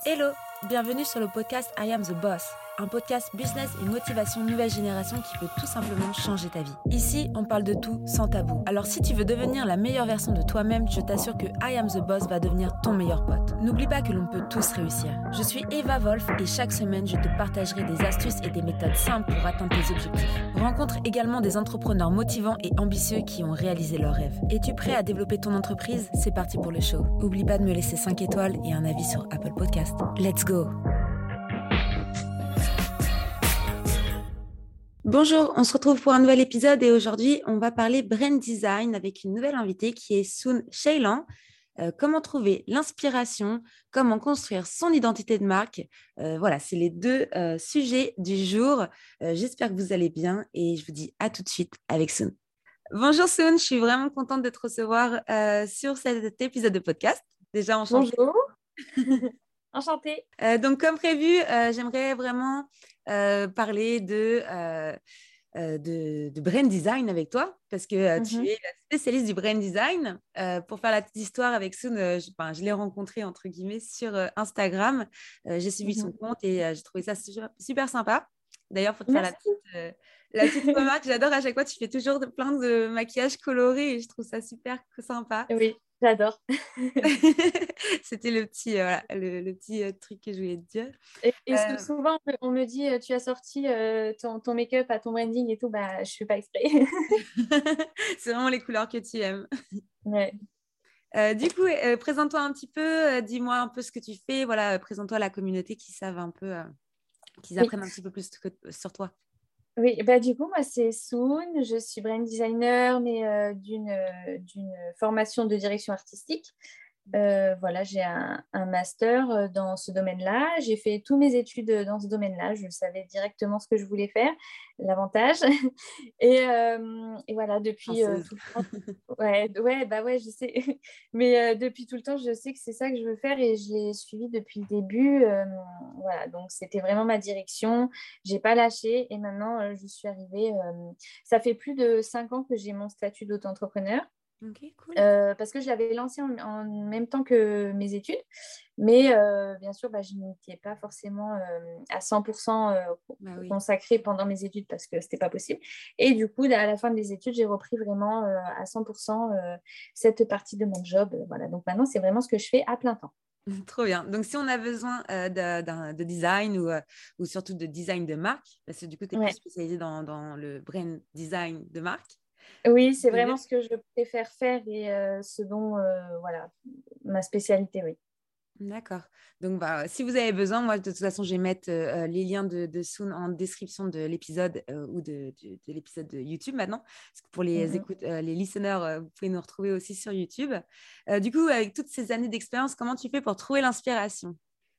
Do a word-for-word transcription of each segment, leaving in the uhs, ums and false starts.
Hello, bienvenue sur le podcast I Am The Boss, un podcast business et motivation nouvelle génération qui peut tout simplement changer ta vie. Ici, on parle de tout sans tabou. Alors si tu veux devenir la meilleure version de toi-même, je t'assure que I Am The Boss va devenir ton meilleur pote. N'oublie pas que l'on peut tous réussir. Je suis Eva Wolf et chaque semaine, je te partagerai des astuces et des méthodes simples pour atteindre tes objectifs. Rencontre également des entrepreneurs motivants et ambitieux qui ont réalisé leurs rêves. Es-tu prêt à développer ton entreprise? C'est parti pour le show. N'oublie pas de me laisser cinq étoiles et un avis sur Apple Podcast. Let's go! Bonjour, on se retrouve pour un nouvel épisode et aujourd'hui, on va parler brand design avec une nouvelle invitée qui est Soon Shailan. Euh, comment trouver l'inspiration, comment construire son identité de marque. Euh, voilà, c'est les deux euh, sujets du jour. Euh, j'espère que vous allez bien et je vous dis à tout de suite avec Soon. Bonjour Soon, je suis vraiment contente de te recevoir euh, sur cet épisode de podcast. Déjà, enchantée. Bonjour. Enchantée. Euh, donc, comme prévu, euh, j'aimerais vraiment euh, parler de, euh, euh, de, de brand design avec toi parce que euh, tu Mhm. es la spécialiste du brand design. Euh, pour faire la petite histoire avec Soon, euh, je, enfin, je l'ai rencontré entre guillemets sur euh, Instagram. Euh, j'ai suivi son Mhm. compte et euh, j'ai trouvé ça super, super sympa. D'ailleurs, pour te faire la Merci. petite, euh, la petite remarque, j'adore à chaque fois, tu fais toujours de, plein de maquillage coloré et je trouve ça super sympa. Oui, j'adore. C'était le petit, euh, voilà, le, le petit euh, truc que je voulais te dire. Et, et sou- Euh, souvent, on me on me dit, euh, tu as sorti euh, ton, ton make-up à ton branding et tout, bah, je fais pas exprès. c'est vraiment les couleurs que tu aimes. Ouais. Euh, du coup, euh, présente-toi un petit peu, euh, dis-moi un peu ce que tu fais. Voilà, euh, présente-toi à la communauté qui savent un peu, euh, qu'ils Oui. apprennent un petit peu plus que- sur toi. Oui, bah, du coup, moi, c'est Soon. Je suis brand designer, mais euh, d'une, euh, d'une formation de direction artistique. Euh, voilà, j'ai un, un master euh, dans ce domaine-là. J'ai fait tous mes études euh, dans ce domaine-là. Je savais directement ce que je voulais faire, l'avantage. Et, euh, et voilà, depuis euh, Française. tout le temps. Ouais, ouais, bah ouais, je sais. Mais euh, depuis tout le temps, je sais que c'est ça que je veux faire et je l'ai suivi depuis le début. Euh, voilà, donc c'était vraiment ma direction. J'ai pas lâché et maintenant euh, je suis arrivée. Euh, ça fait plus de cinq ans que j'ai mon statut d'auto-entrepreneur. Ok, cool. Euh, parce que je l'avais lancé en, en même temps que mes études. Mais euh, bien sûr, bah, je n'y étais pas forcément euh, à cent pour cent euh, Bah oui. consacrée pendant mes études parce que ce n'était pas possible. Et du coup, à la fin des études, j'ai repris vraiment euh, à cent pour cent euh, cette partie de mon job. Voilà. Donc maintenant, c'est vraiment ce que je fais à plein temps. Trop bien. Donc, si on a besoin euh, de, d'un- de design ou, euh, ou surtout de design de marque, parce que du coup, tu es plus Ouais. spécialisée dans, dans le brand design de marque, Oui, tu c'est peux dire. vraiment ce que je préfère faire et euh, ce dont, euh, voilà, ma spécialité, oui. D'accord. Donc, bah, si vous avez besoin, moi, de toute façon, je vais mettre euh, les liens de, de Soon en description de l'épisode euh, ou de, de, de l'épisode de YouTube maintenant. Parce que pour les, Mhm. écoute, euh, les listeners, euh, vous pouvez nous retrouver aussi sur YouTube. Euh, du coup, avec toutes ces années d'expérience, comment tu fais pour trouver l'inspiration?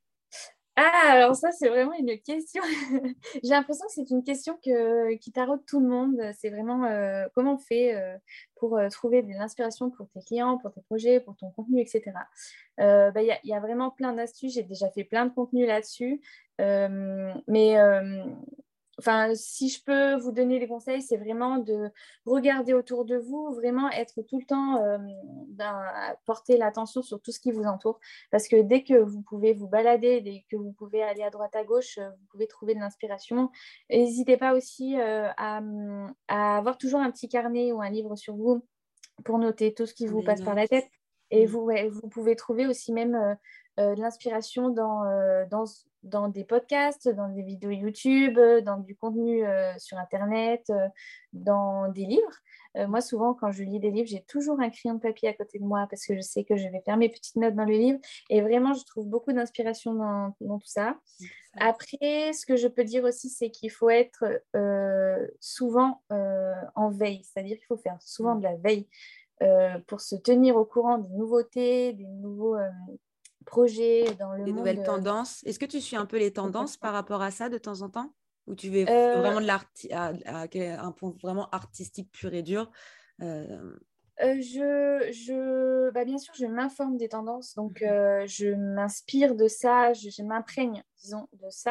Ah, alors ça, c'est vraiment une question. J'ai l'impression que c'est une question que, qui taraude tout le monde. C'est vraiment euh, comment on fait euh, pour euh, trouver de l'inspiration pour tes clients, pour tes projets, pour ton contenu, et cetera. Euh, bah, Il y a, il y a vraiment plein d'astuces. J'ai déjà fait plein de contenus là-dessus. Euh, mais euh, enfin, si je peux vous donner des conseils, c'est vraiment de regarder autour de vous, vraiment être tout le temps, euh, ben, porter l'attention sur tout ce qui vous entoure. Parce que dès que vous pouvez vous balader, dès que vous pouvez aller à droite, à gauche, euh, vous pouvez trouver de l'inspiration. N'hésitez pas aussi euh, à, à avoir toujours un petit carnet ou un livre sur vous pour noter tout ce qui vous Des passe par la notes. tête. Et Mm. vous, ouais, vous pouvez trouver aussi même euh, euh, de l'inspiration dans, euh, dans, dans des podcasts, dans des vidéos YouTube, euh, dans du contenu euh, sur Internet, euh, dans des livres. Euh, moi, souvent, quand je lis des livres, j'ai toujours un crayon de papier à côté de moi parce que je sais que je vais faire mes petites notes dans le livre. Et vraiment, je trouve beaucoup d'inspiration dans, dans tout ça. Tout ça. Après, ce que je peux dire aussi, c'est qu'il faut être euh, souvent euh, en veille, c'est-à-dire qu'il faut faire souvent Mm. de la veille euh, pour se tenir au courant des nouveautés, des nouveaux euh, projets dans le Des monde. nouvelles euh, tendances. Est-ce que tu suis un peu les tendances par rapport à ça de temps en temps? Ou tu veux Euh, vraiment de l'art à, à- à un point vraiment artistique pur et dur? Euh, euh, je, je, bah, bien sûr, je m'informe des tendances, donc euh, je m'inspire de ça, je, je m'imprègne, disons, de ça.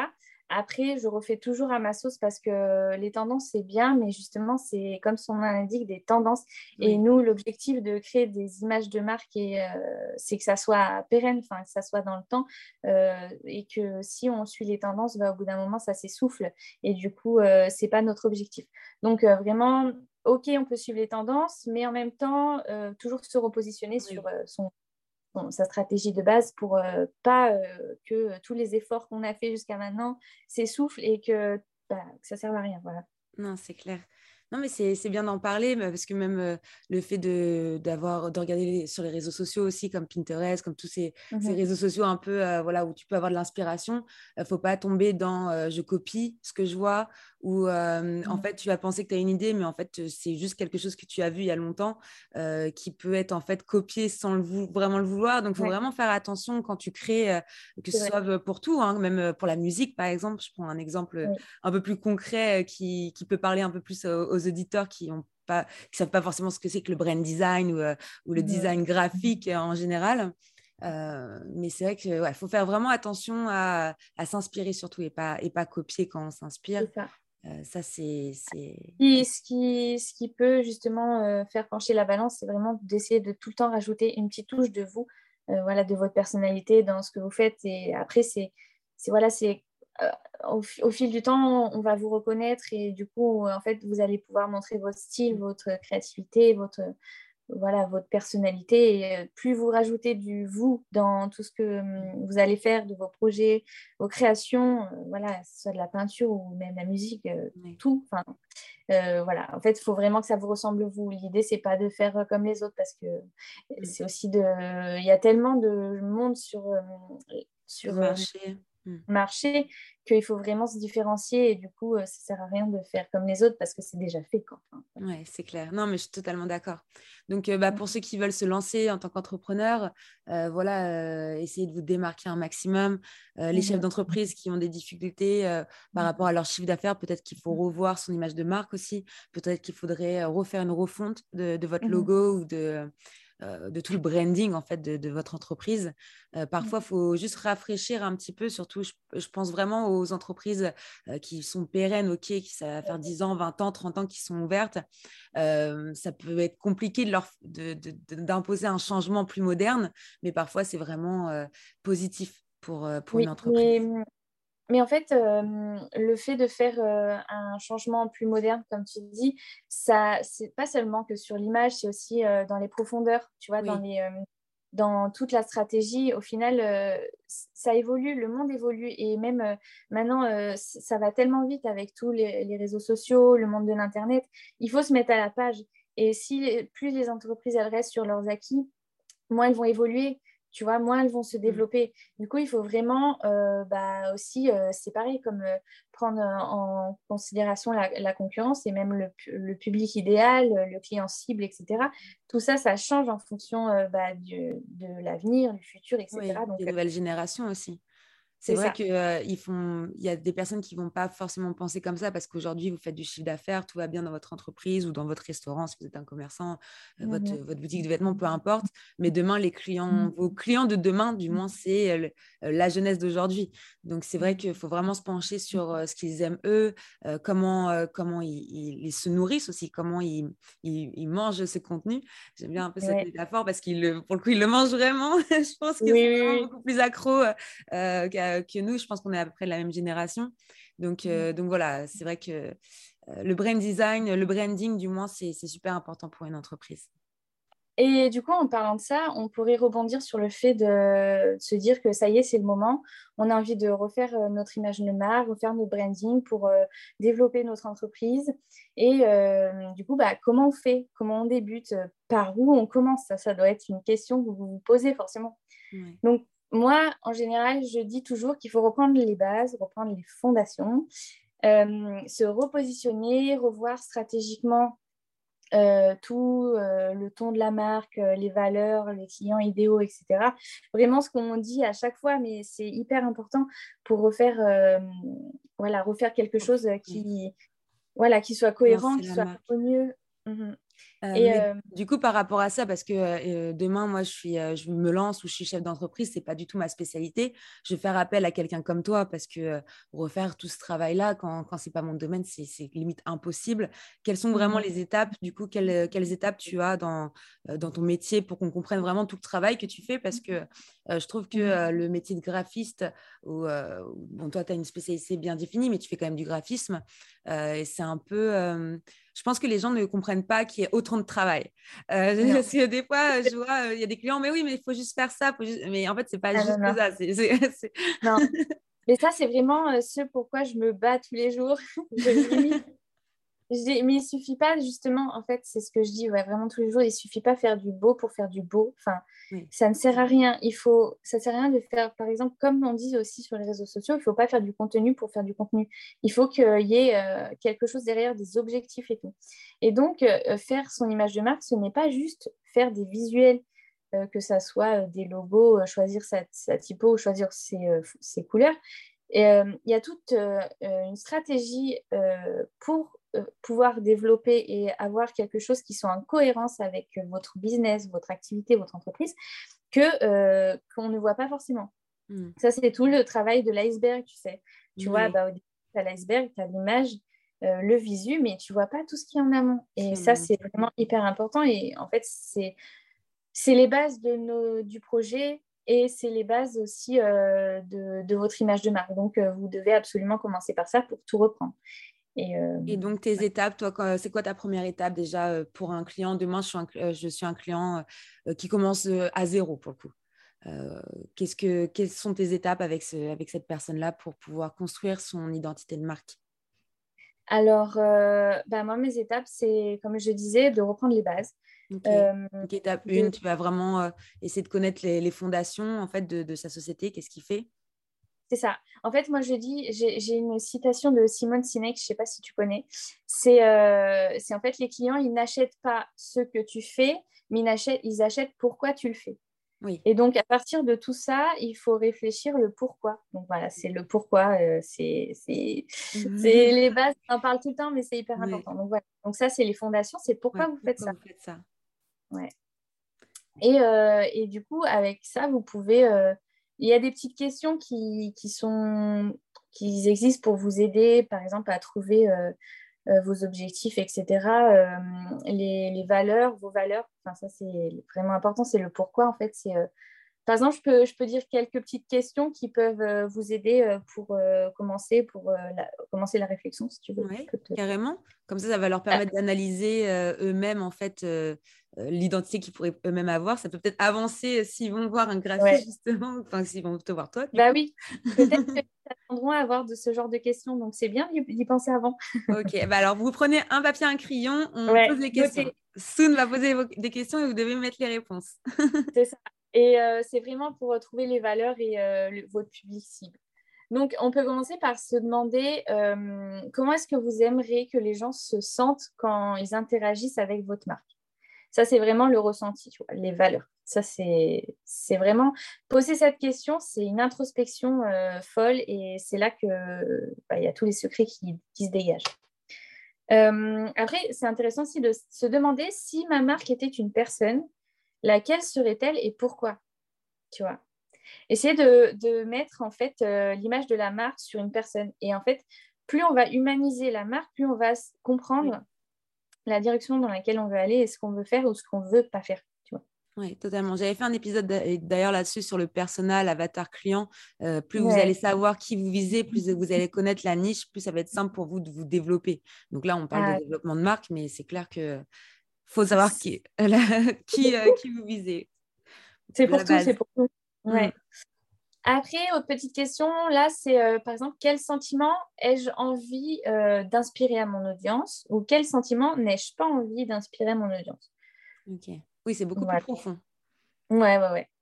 après, je refais toujours à ma sauce parce que les tendances, c'est bien, mais justement, c'est comme son nom l'indique, des tendances. Et Oui. nous, l'objectif de créer des images de marque, et, euh, c'est que ça soit pérenne, enfin, que ça soit dans le temps, euh, et que si on suit les tendances, bah, au bout d'un moment, ça s'essouffle. Et du coup, euh, c'est pas notre objectif. Donc, euh, vraiment, OK, on peut suivre les tendances, mais en même temps, euh, toujours se repositionner sur Oui. euh, son bon, sa stratégie de base pour euh, pas euh, que tous les efforts qu'on a fait jusqu'à maintenant s'essoufflent et que, bah, que ça ne serve à rien. Voilà. Non, c'est clair. Non, mais c'est c'est bien d'en parler, mais parce que même euh, le fait de d'avoir de regarder les- sur les réseaux sociaux aussi, comme Pinterest, comme tous ces, ces Mhm. réseaux sociaux un peu euh, voilà, où tu peux avoir de l'inspiration, il ne faut pas tomber dans euh, je copie ce que je vois, ou euh, en Mhm. fait tu vas penser que tu as une idée, mais en fait euh, c'est juste quelque chose que tu as vu il y a longtemps, euh, qui peut être en fait copié sans le vou- vraiment le vouloir. Donc il faut Ouais, vraiment faire attention quand tu crées, euh, que c'est ce vrai. soit pour tout, hein, même euh, pour la musique par exemple. Je prends un exemple Oui. un peu plus concret euh, qui, qui peut parler un peu plus aux, aux auditeurs qui ont pas, qui savent pas forcément ce que c'est que le brand design ou, euh, ou le Mhm. design graphique euh, en général. Euh, mais c'est vrai qu'il ouais, faut faire vraiment attention à, à s'inspirer surtout et pas, et pas copier quand on s'inspire. C'est ça. Euh, ça, c'est... c'est... Et ce qui, ce qui peut justement euh, faire pencher la balance, c'est vraiment d'essayer de tout le temps rajouter une petite touche de vous, euh, voilà, de votre personnalité dans ce que vous faites. Et après, c'est, c'est, voilà, c'est, euh, au, fi- au fil du temps, on va vous reconnaître et du coup, en fait, vous allez pouvoir montrer votre style, votre créativité, votre, voilà, votre personnalité. Et euh, plus vous rajoutez du vous dans tout ce que hum, vous allez faire, de vos projets, vos créations, euh, voilà, que ce soit de la peinture ou même la musique, euh, Ouais. tout. Enfin, euh, voilà, en fait, il faut vraiment que ça vous ressemble vous. L'idée, c'est pas de faire euh, comme les autres parce que Mm. c'est aussi de. Il y a tellement de monde sur, euh, Sur le sur euh, marché. Mm. marché qu'il faut vraiment se différencier et du coup, euh, ça sert à rien de faire comme les autres parce que c'est déjà fait, quoi. Enfin, Ouais, c'est clair. Non, mais je suis totalement d'accord. Donc, euh, bah, pour ceux qui veulent se lancer en tant qu'entrepreneur, euh, voilà, euh, essayez de vous démarquer un maximum. Euh, les chefs mhm, d'entreprise qui ont des difficultés euh, par rapport à leur chiffre d'affaires, peut-être qu'il faut revoir son image de marque aussi. Peut-être qu'il faudrait euh, refaire une refonte de, de votre mhm, logo ou de, euh, de tout le branding en fait de, de votre entreprise. Euh, parfois, il mhm. faut juste rafraîchir un petit peu. Surtout, je, je pense vraiment aux entreprises euh, qui sont pérennes, ok, qui ça va faire dix ans, vingt ans, trente ans qui sont ouvertes. Euh, ça peut être compliqué de leur, de, de, d'imposer un changement plus moderne, mais parfois c'est vraiment euh, positif pour, euh, pour une Oui, mais, entreprise. mais en fait, euh, le fait de faire euh, un changement plus moderne, comme tu dis, ça, c'est pas seulement que sur l'image, c'est aussi euh, dans les profondeurs, tu vois, dans Oui, les, euh, dans toute la stratégie. Au final, euh, ça évolue, le monde évolue et même euh, maintenant, euh, ça va tellement vite avec tous les, les réseaux sociaux, le monde de l'Internet. Il faut se mettre à la page. Et si plus les entreprises elles restent sur leurs acquis, moins elles vont évoluer, tu vois, moins elles vont se mm. développer. Du coup, il faut vraiment euh, bah, aussi, euh, c'est pareil, comme euh, prendre euh, en considération la, la concurrence et même le, le, public idéal, le client cible, et cetera. Tout ça, ça change en fonction euh, bah, du, de l'avenir, du futur, Oui, et cetera. Donc, des euh, nouvelles générations aussi. C'est c'est vrai ça. qu'il euh, ils font... il y a des personnes qui ne vont pas forcément penser comme ça parce qu'aujourd'hui, vous faites du chiffre d'affaires, tout va bien dans votre entreprise ou dans votre restaurant si vous êtes un commerçant, euh, votre, Mhm. votre boutique de vêtements, peu importe. Mais demain, les clients, vos clients de demain, du moins, c'est euh, le- euh, la jeunesse d'aujourd'hui. Donc, c'est vrai qu'il faut vraiment se pencher sur euh, ce qu'ils aiment eux, euh, comment, euh, comment ils, ils- ils se nourrissent aussi, comment ils, ils, ils mangent ce contenu. J'aime bien un peu cette Ouais. métaphore parce qu'ils, le- pour le coup, ils le mangent vraiment. Je pense qu'ils Oui, sont oui, vraiment oui. beaucoup plus accros euh, que, que nous. Je pense qu'on est à peu près de la même génération. Donc, euh, donc voilà, c'est vrai que euh, le brand design, le branding, du moins, c'est c'est super important pour une entreprise. Et du coup, en parlant de ça, on pourrait rebondir sur le fait de se dire que ça y est, c'est le moment. On a envie de refaire euh, notre image de marque, refaire notre branding pour euh, développer notre entreprise. Et euh, du coup, bah, comment on fait? Comment on débute? Par où on commence? Ça, ça doit être une question que vous vous posez forcément. Ouais. Donc, moi, en général, je dis toujours qu'il faut reprendre les bases, reprendre les fondations, euh, se repositionner, revoir stratégiquement euh, tout euh, le ton de la marque, euh, les valeurs, les clients idéaux, et cetera. Vraiment ce qu'on dit à chaque fois, mais c'est hyper important pour refaire, euh, voilà, refaire quelque chose Oui. qui, voilà, qui soit cohérent, Nuancer qui la soit marque. harmonieux. Mhm. Euh, Et mais euh, du coup, par rapport à ça, parce que euh, demain, moi, je suis, euh, je me lance ou je suis chef d'entreprise, c'est pas du tout ma spécialité. Je vais faire appel à quelqu'un comme toi parce que euh, refaire tout ce travail-là, quand, quand c'est pas mon domaine, c'est, c'est limite impossible. Quelles sont vraiment mhm, les étapes, du coup, quelles, quelles étapes tu as dans, euh, dans ton métier pour qu'on comprenne vraiment tout le travail que tu fais? Parce que euh, je trouve que mhm. euh, le métier de graphiste, où, euh, bon, toi, tu as une spécialité bien définie, mais tu fais quand même du graphisme. Euh, et c'est un peu. Euh, je pense que les gens ne comprennent pas qu'il y ait autant de travail. Euh, Non. parce que des fois, je vois, euh, il y a des clients, mais oui, mais il faut juste faire ça. Faut juste... Mais en fait, c'est pas Ah non, juste non, ça. C'est, c'est, c'est... non. Mais ça, c'est vraiment euh, ce pourquoi je me bats tous les jours. Je limite. Je dis, mais il suffit pas, justement, en fait, c'est ce que je dis ouais, vraiment tous les jours, il suffit pas faire du beau pour faire du beau. Enfin, Oui. ça ne sert à rien. Il faut, ça sert à rien de faire, par exemple, comme on dit aussi sur les réseaux sociaux, il faut pas faire du contenu pour faire du contenu. Il faut qu'il y ait euh, quelque chose derrière, des objectifs et tout. Et donc, euh, faire son image de marque, ce n'est pas juste faire des visuels, euh, que ça soit euh, des logos, euh, choisir sa, sa typo, choisir ses, euh, ses couleurs. Et euh, il y a toute euh, une stratégie euh, pour euh, pouvoir développer et avoir quelque chose qui soit en cohérence avec votre business, votre activité, votre entreprise, que euh, qu'on ne voit pas forcément. Mm. Ça, c'est tout le travail de l'iceberg, tu sais. Tu vois, Oui. bah, au début, tu as l'iceberg, tu as l'image, euh, le visu, mais tu vois pas tout ce qui est en amont. Et ça, Mm. c'est vraiment hyper important. Et en fait, c'est c'est les bases de nos, du projet et c'est les bases aussi euh, de, de, votre image de marque. Donc, euh, vous devez absolument commencer par ça pour tout reprendre. Et, euh, Et donc, tes étapes, toi, quand- c'est quoi ta première étape déjà euh, pour un client? Demain, je suis un, cl- euh, je suis un client euh, qui commence euh, à zéro pour le coup. Euh, qu'est-ce que, quelles sont tes étapes avec, ce, avec cette personne-là pour pouvoir construire son identité de marque? alors, euh, bah, moi, mes étapes, c'est, comme je disais, de reprendre les bases. Ok. Euh, Donc, étape de, une, tu vas vraiment euh, essayer de connaître les, les fondations en fait, de, de sa société, qu'est-ce qu'il fait? c'est ça. En fait, moi, je dis, j'ai j'ai une citation de Simone Sinek, je ne sais pas si tu connais. C'est euh, c'est en fait, les clients, ils n'achètent pas ce que tu fais, mais ils achètent, ils achètent pourquoi tu le fais. Oui. Et donc, à partir de tout ça, il faut réfléchir le pourquoi. Donc, voilà, c'est le pourquoi. Euh, c'est c'est- c'est les bases, on en parle tout le temps, mais c'est hyper Oui. important. Donc, voilà. Donc, ça, c'est les fondations. C'est Ouais. pourquoi vous faites Pourquoi ça. vous faites ça? Ouais. Et, euh, et du coup, avec ça, vous pouvez... euh, il y a des petites questions qui, qui sont, qui existent pour vous aider, par exemple, à trouver euh, euh, vos objectifs, et cetera. Euh, les, les valeurs, vos valeurs. Enfin, ça, c'est vraiment important. C'est le pourquoi, en fait. C'est... euh, par exemple, je peux, je peux dire quelques petites questions qui peuvent euh, vous aider euh, pour euh, commencer, pour euh, la, commencer la réflexion, si tu veux. Je Oui, peux te... carrément. Comme ça, ça va leur Ah, permettre d'analyser euh, eux-mêmes en fait euh, euh, l'identité qu'ils pourraient eux-mêmes avoir. Ça peut peut-être avancer euh, s'ils vont voir un graphiste ouais. justement, enfin s'ils vont te voir toi du Bah coup. oui, peut-être qu'ils s'attendront à avoir de ce genre de questions, donc c'est bien d'y d'y penser avant. Ok, bah alors vous prenez un papier, un crayon, on Ouais, pose les questions. notez, Soon va poser vos- des questions et vous devez mettre les réponses. c'est ça. Et euh, c'est vraiment pour trouver les valeurs et euh, le- votre public cible. Donc, on peut commencer par se demander euh, comment est-ce que vous aimeriez que les gens se sentent quand ils interagissent avec votre marque. Ça, c'est vraiment le ressenti, tu vois, les valeurs. Ça, c'est c'est vraiment... Poser cette question, c'est une introspection euh, folle et c'est là que bah, il y a tous les secrets qui, qui se dégagent. Euh, après, c'est intéressant aussi de se demander si ma marque était une personne, laquelle serait-elle et pourquoi, tu vois. Essayer de, de mettre en fait euh, l'image de la marque sur une personne. Et en fait, plus on va humaniser la marque, plus on va Oui. comprendre la direction dans laquelle on veut aller et ce qu'on veut faire ou ce qu'on veut pas faire, tu vois. Oui, totalement. J'avais fait un épisode d'a- d'ailleurs là-dessus sur le persona, l'avatar client. Euh, plus vous allez Ouais. savoir qui vous visez, plus vous allez connaître la niche, plus ça va être simple pour vous de vous développer. Donc là, on parle de Ah, développement de marque, mais c'est clair que faut savoir qui, la- qui, euh, qui vous visez. c'est La pour tout, c'est base. pour tout. Mm. Ouais. Après, autre petite question, là, c'est euh, par exemple, quel sentiment ai-je envie euh, d'inspirer à mon audience ou quel sentiment n'ai-je pas envie d'inspirer à mon audience? Ok. Oui, c'est beaucoup plus Voilà. profond. Ouais, ouais, ouais.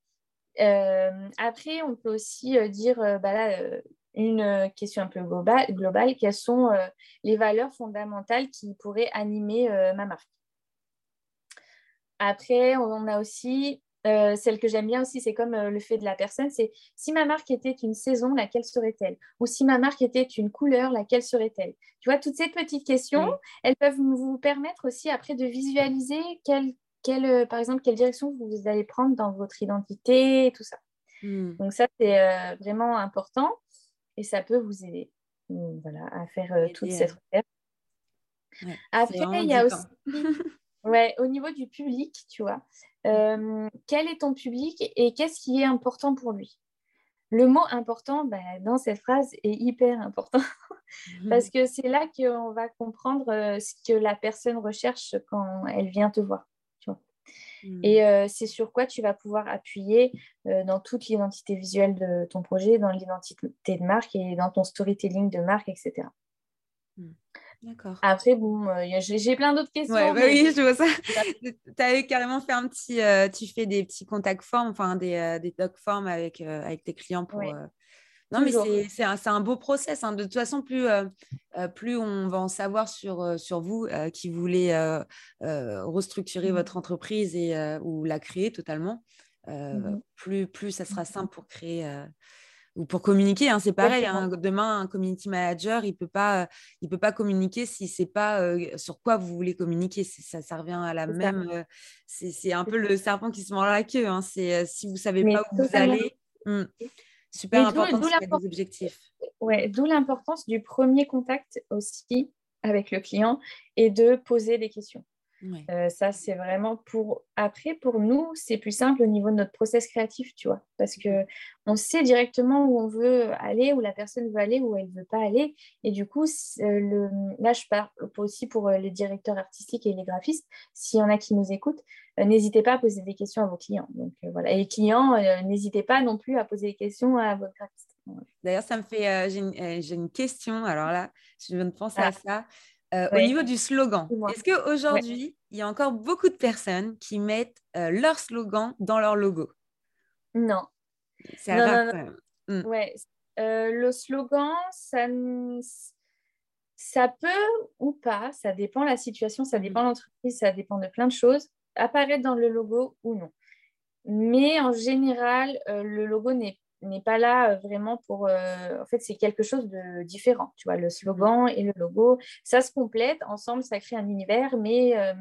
Euh, après, on peut aussi euh, dire, euh, bah là, euh, une euh, question un peu globale, globale quelles sont euh, les valeurs fondamentales qui pourraient animer euh, ma marque? Après, on a aussi Euh, celle que j'aime bien aussi, c'est comme euh, le fait de la personne, c'est si ma marque était une saison, laquelle serait-elle? Ou si ma marque était une couleur, laquelle serait-elle? Tu vois, toutes ces petites questions, Oui. elles peuvent vous permettre aussi après de visualiser quelle, quelle, euh, par exemple, quelle direction vous allez prendre dans votre identité et tout ça. Mm. Donc ça, c'est euh, vraiment important et ça peut vous aider donc, voilà, à faire euh, toute Aider, cette euh, recherche. ouais. C'est Après, vraiment il y du a temps. aussi, ouais, au niveau du public, tu vois, euh, quel est ton public et qu'est-ce qui est important pour lui? Le mot important, bah, dans cette phrase, est hyper important parce que c'est là qu'on va comprendre euh, ce que la personne recherche quand elle vient te voir. Tu vois. Mm. Et euh, c'est sur quoi tu vas pouvoir appuyer euh, dans toute l'identité visuelle de ton projet, dans l'identité de marque et dans ton storytelling de marque, et cetera. Mm. D'accord. Après, bon, euh, y a- j'ai j'ai plein d'autres Ouais, questions, bah mais oui, je... je vois ça. Tu avais carrément fait un petit, euh, tu fais des petits contacts forms, enfin des, euh, des doc forms avec, euh, avec tes clients pour. ouais, euh, Non, mais toujours. c'est c'est un, c'est un beau process, hein. De toute façon, plus, euh, euh, plus on va en savoir sur, euh, sur vous euh, qui voulez euh, euh, restructurer Mhm. votre entreprise et, euh, ou la créer totalement, euh, Mhm. plus, plus ça sera simple pour créer. euh, ou pour communiquer, hein, c'est pareil. Exactement. Hein, demain, un community manager, il peut pas, euh, il peut pas communiquer si c'est pas euh, sur quoi vous voulez communiquer. C'est- Ça, ça revient à la C'est ça. même. euh, c'est, c'est un C'est peu ça. le serpent qui se mord la queue. Hein. C'est euh, si vous savez pas Mais où vous totalement. allez. hmm, super Mais d'où important de d'où se mettre des l'importance objectifs. ouais, d'où l'importance du premier contact aussi avec le client et de poser des questions. Ouais. Euh, ça, c'est vraiment pour... Après, pour nous, c'est plus simple au niveau de notre process créatif, tu vois, parce que on sait directement où on veut aller, où la personne veut aller, où elle veut pas aller. Et du coup, c'est, euh, le... là, je parle aussi pour euh, les directeurs artistiques et les graphistes. S'il y en a qui nous écoutent, euh, n'hésitez pas à poser des questions à vos clients. Donc, euh, voilà. Et les clients, euh, n'hésitez pas non plus à poser des questions à votre graphiste. Voilà. D'ailleurs, ça me fait. euh, j'ai une, euh, j'ai une question. Alors là, je viens de penser à Ah, ça. Euh, au ouais, niveau du slogan, dis-moi. est-ce Ouais. qu'aujourd'hui, il y a encore beaucoup de personnes qui mettent euh, leur slogan dans leur logo? Non, C'est non, rare non, non. quand même. Hmm. Ouais. Euh, le slogan, ça, n- ça peut ou pas, ça dépend de la situation, ça dépend Mhm. de l'entreprise, ça dépend de plein de choses, apparaître dans le logo ou non. Mais en général, euh, le logo n'est n'est pas là euh, vraiment pour... euh, en fait, c'est quelque chose de différent. Tu vois, le Mhm. slogan et le logo, ça se complète ensemble, ça crée un univers, mais euh,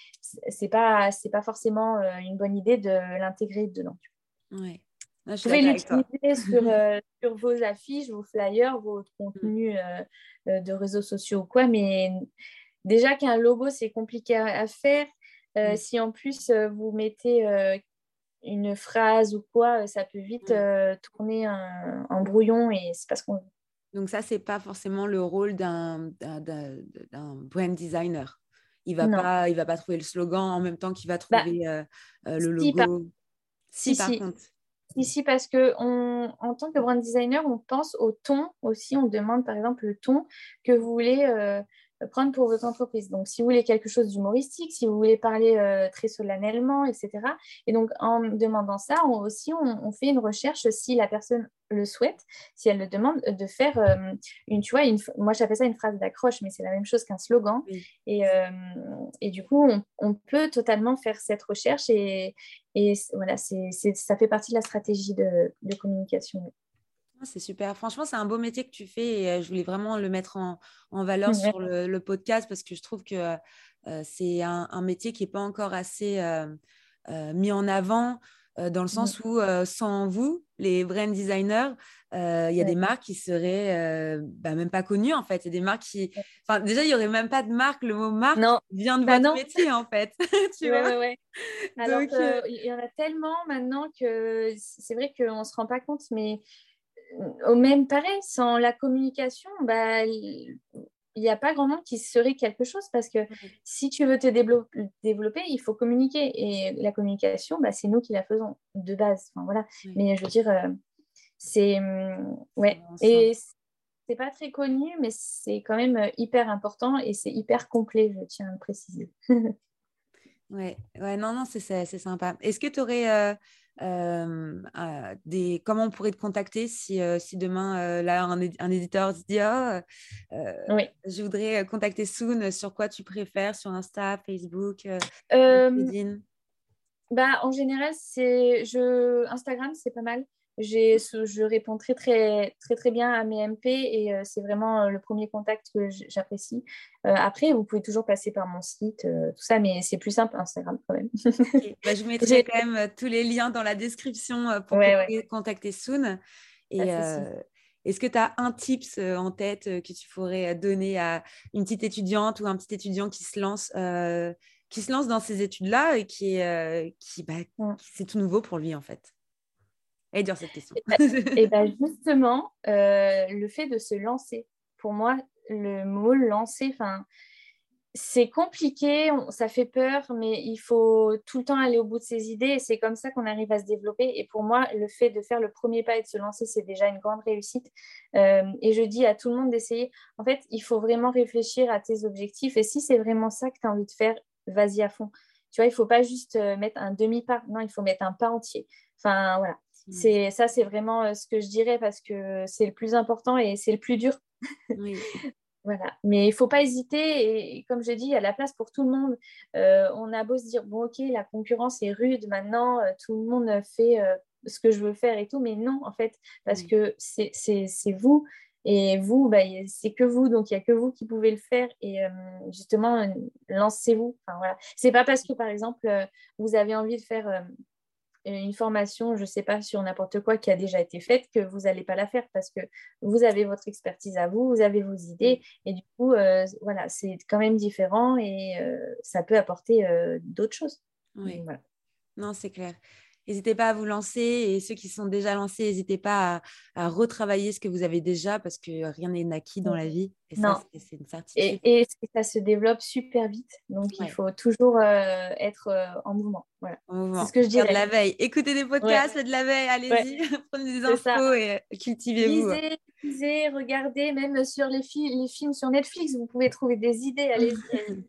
c'est pas, c'est pas forcément euh, une bonne idée de l'intégrer dedans. Ouais. Là, je suis Pouvez d'accord avec toi. l'utiliser sur, euh, sur vos affiches, vos flyers, vos Mm. contenus euh, euh, de réseaux sociaux ou quoi, mais déjà qu'un logo, c'est compliqué à, à faire. Euh, Mm. si en plus euh, vous mettez euh, une phrase ou quoi, euh, ça peut vite Mm. euh, tourner un, un brouillon et c'est pas ce qu'on veut. Donc ça, c'est pas forcément le rôle d'un d'un d'un- d'un brand designer. Il va Non. pas, il va pas trouver le slogan en même temps qu'il va Bah, trouver euh, euh, le si, par- logo. Si, si, par si. contre. Si, si, parce que on, en tant que brand designer, on pense au ton aussi. On demande par exemple le ton que vous voulez euh, prendre pour votre entreprise. Donc, si vous voulez quelque chose d'humoristique, si vous voulez parler euh, très solennellement, et cetera. Et donc, en demandant ça, on, aussi, on, on fait une recherche si la personne le souhaite, si elle le demande, de faire euh, une, tu vois, une, moi j'appelle ça une phrase d'accroche, mais c'est la même chose qu'un slogan. Oui. Et, euh, et du coup, on, on peut totalement faire cette recherche et et voilà, c'est, c'est, ça fait partie de la stratégie de, de communication. Ah, c'est super. Franchement, c'est un beau métier que tu fais et euh, je voulais vraiment le mettre en, en valeur Ouais. sur le, le podcast parce que je trouve que euh, c'est un, un métier qui n'est pas encore assez euh, euh, mis en avant euh, dans le sens où euh, sans vous, les brand designers, euh, il y a Ouais. des marques qui seraient euh, bah, même pas connues en fait. Il y a des marques qui... Enfin, déjà, il n'y aurait même pas de marque. Le mot marque Non, vient de bah votre non. métier en fait. Tu Ouais, vois? ouais, ouais. Alors Donc, euh, qu'il y en a tellement maintenant que c'est vrai qu'on ne se rend pas compte, mais au même pareil, sans la communication, bah, il n'y a pas grand monde qui serait quelque chose parce que ouais, si tu veux te dévelop- développer, il faut communiquer. Et la communication, bah, c'est nous qui la faisons de base. Enfin, voilà. ouais, Mais je veux dire, euh, c'est... hum, ça ouais. va ensemble. Et c'est pas très connu, mais c'est quand même euh, hyper important et c'est hyper complet, je tiens à le préciser. Ouais, ouais, non, non, c'est c'est- c'est sympa. Est-ce que tu aurais euh, euh, euh, des... Comment on pourrait te contacter si, euh, si demain, euh, là, un, édi- un éditeur se dit, ah, euh, Oui. je voudrais contacter Soon, sur quoi tu préfères, sur Insta, Facebook, euh, Euh, LinkedIn? Bah, en général, c'est je... Instagram, c'est pas mal. J'ai... Je réponds très, très, très, très bien à mes M P et euh, c'est vraiment euh, le premier contact que j'apprécie. Euh, après, vous pouvez toujours passer par mon site, euh, tout ça, mais c'est plus simple Instagram quand même. Okay. Bah, je vous mettrai J'ai... quand même euh, tous les liens dans la description euh, pour que Ouais, vous ouais. puissiez contacter Soon. Ah, Et c'est euh, sûr. est-ce que tu as un tips euh, en tête euh, que tu pourrais donner à une petite étudiante ou un petit étudiant qui se lance, euh, qui se lance dans ces études-là et qui, est, euh, qui, bah, Mm. qui c'est tout nouveau pour lui en fait? Elle est dure cette question. Et bien justement, euh, le fait de se lancer, pour moi, le mot lancer, enfin, c'est compliqué, on- ça fait peur, mais il faut tout le temps aller au bout de ses idées et c'est comme ça qu'on arrive à se développer. Et pour moi, le fait de faire le premier pas et de se lancer, c'est déjà une grande réussite. Euh, et je dis à tout le monde d'essayer. En fait, il faut vraiment réfléchir à tes objectifs et si c'est vraiment ça que tu as envie de faire, vas-y à fond. Tu vois, il ne faut pas juste euh, mettre un demi-pas, non, il faut mettre un pas entier. Enfin, voilà. C'est, ça, c'est vraiment euh, ce que je dirais parce que c'est le plus important et c'est le plus dur. Oui. Voilà. Mais il ne faut pas hésiter. Et comme je dis, il y a la place pour tout le monde. Euh, on a beau se dire, bon, ok, la concurrence est rude maintenant, euh, tout le monde fait euh, ce que je veux faire et tout. Mais non, en fait, parce Oui. que c'est, c'est, c'est vous. Et vous, bah, c'est que vous. Donc, il n'y a que vous qui pouvez le faire. Et euh, justement, euh, lancez-vous. Enfin, voilà. Ce n'est pas parce que, par exemple, euh, vous avez envie de faire... Euh, une formation, je ne sais pas, sur n'importe quoi qui a déjà été faite, que vous n'allez pas la faire parce que vous avez votre expertise à vous, vous avez vos idées et du coup, euh, voilà, c'est quand même différent et euh, ça peut apporter euh, d'autres choses. Oui. Donc, voilà. Non, c'est clair. N'hésitez pas à vous lancer et ceux qui sont déjà lancés, n'hésitez pas à, à retravailler ce que vous avez déjà parce que rien n'est acquis dans la vie et ça, Non. c'est, c'est une certitude. Et, et ça se développe super vite, donc il Ouais. faut toujours euh, être euh, en mouvement. Voilà. En mouvement. C'est ce que je Faire de dirais. la veille. Écoutez des podcasts, Ouais. faites de la veille, Ouais. allez-y, prenez des C'est ça. infos et cultivez-vous. Lisez, lisez, regardez, même sur les, fi- les films sur Netflix, vous pouvez trouver des idées. Allez-y, allez-y.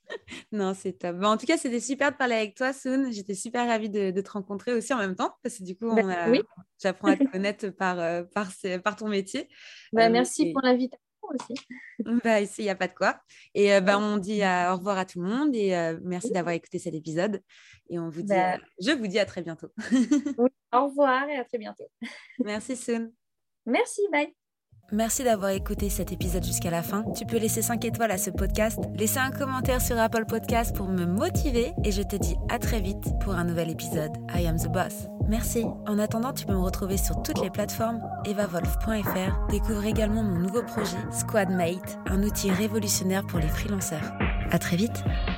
Non, c'est top. Bon, en tout cas, c'était super de parler avec toi, Soon. J'étais super ravie de, de te rencontrer aussi en même temps, parce que du coup, Ben, on a, oui. j'apprends à te connaître par, euh, par, ce- par ton métier. Ben, Euh, merci et, pour l'invitation aussi. bah, ici, il n'y a pas de quoi. Et euh, bah, on dit euh, au revoir à tout le monde et euh, merci d'avoir écouté cet épisode. Et on vous dit, euh, Ben, je vous dis à très bientôt. oui. Au revoir et à très bientôt. Merci, Soon. Merci, bye. Merci d'avoir écouté cet épisode jusqu'à la fin. Tu peux laisser cinq étoiles à ce podcast, laisser un commentaire sur Apple Podcast pour me motiver et je te dis à très vite pour un nouvel épisode I Am The Boss. Merci. En attendant, tu peux me retrouver sur toutes les plateformes eva wolf point f r. Découvre également mon nouveau projet Squadmate, un outil révolutionnaire pour les freelanceurs. À très vite.